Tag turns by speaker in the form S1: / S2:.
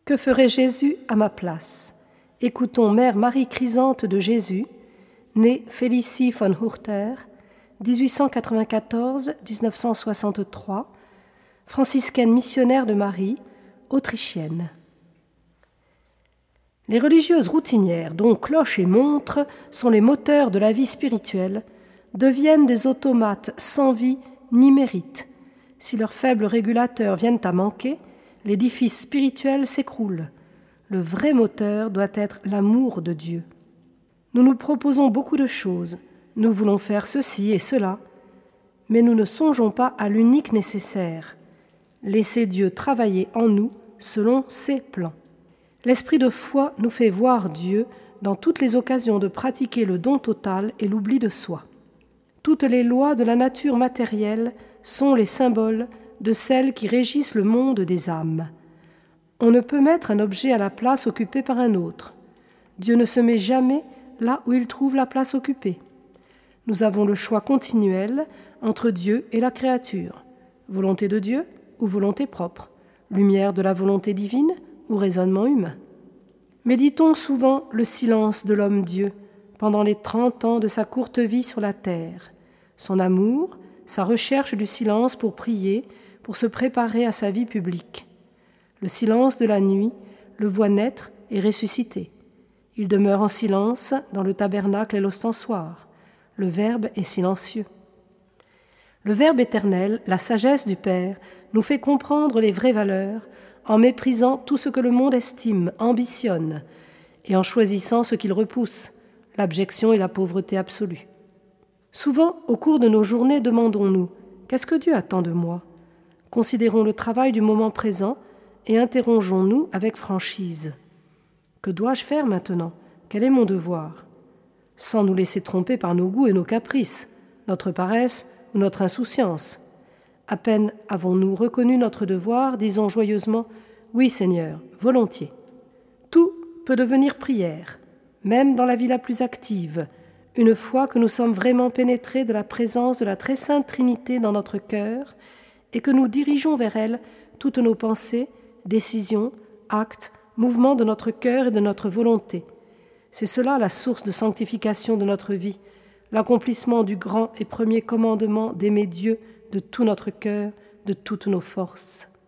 S1: Que ferait Jésus à ma place? Écoutons Mère Marie Chrysanthe de Jésus, née Félicie von Hurter, 1894-1963, franciscaine missionnaire de Marie, autrichienne. Les religieuses routinières, dont cloche et montre sont les moteurs de la vie spirituelle, deviennent des automates sans vie ni mérite. Si leurs faibles régulateurs viennent à manquer, l'édifice spirituel s'écroule. Le vrai moteur doit être l'amour de Dieu. Nous nous proposons beaucoup de choses, nous voulons faire ceci et cela, mais nous ne songeons pas à l'unique nécessaire. Laisser Dieu travailler en nous selon ses plans. L'esprit de foi nous fait voir Dieu dans toutes les occasions de pratiquer le don total et l'oubli de soi. Toutes les lois de la nature matérielle sont les symboles de celles qui régissent le monde des âmes. On ne peut mettre un objet à la place occupée par un autre. Dieu ne se met jamais là où il trouve la place occupée. Nous avons le choix continuel entre Dieu et la créature, volonté de Dieu ou volonté propre, lumière de la volonté divine ou raisonnement humain. Méditons souvent le silence de l'homme-Dieu pendant les 30 ans de sa courte vie sur la terre, son amour, sa recherche du silence pour prier, pour se préparer à sa vie publique. Le silence de la nuit le voit naître et ressusciter. Il demeure en silence dans le tabernacle et l'ostensoir. Le Verbe est silencieux. Le Verbe éternel, la sagesse du Père, nous fait comprendre les vraies valeurs en méprisant tout ce que le monde estime, ambitionne, et en choisissant ce qu'il repousse, l'abjection et la pauvreté absolue. Souvent, au cours de nos journées, demandons-nous « Qu'est-ce que Dieu attend de moi ?» Considérons le travail du moment présent et interrogeons-nous avec franchise. Que dois-je faire maintenant? Quel est mon devoir? Sans nous laisser tromper par nos goûts et nos caprices, notre paresse ou notre insouciance. À peine avons-nous reconnu notre devoir, disons joyeusement « Oui, Seigneur, volontiers ». Tout peut devenir prière, même dans la vie la plus active, une fois que nous sommes vraiment pénétrés de la présence de la très sainte Trinité dans notre cœur et que nous dirigeons vers elle toutes nos pensées, décisions, actes, mouvements de notre cœur et de notre volonté. C'est cela la source de sanctification de notre vie, l'accomplissement du grand et premier commandement d'aimer Dieu de tout notre cœur, de toutes nos forces.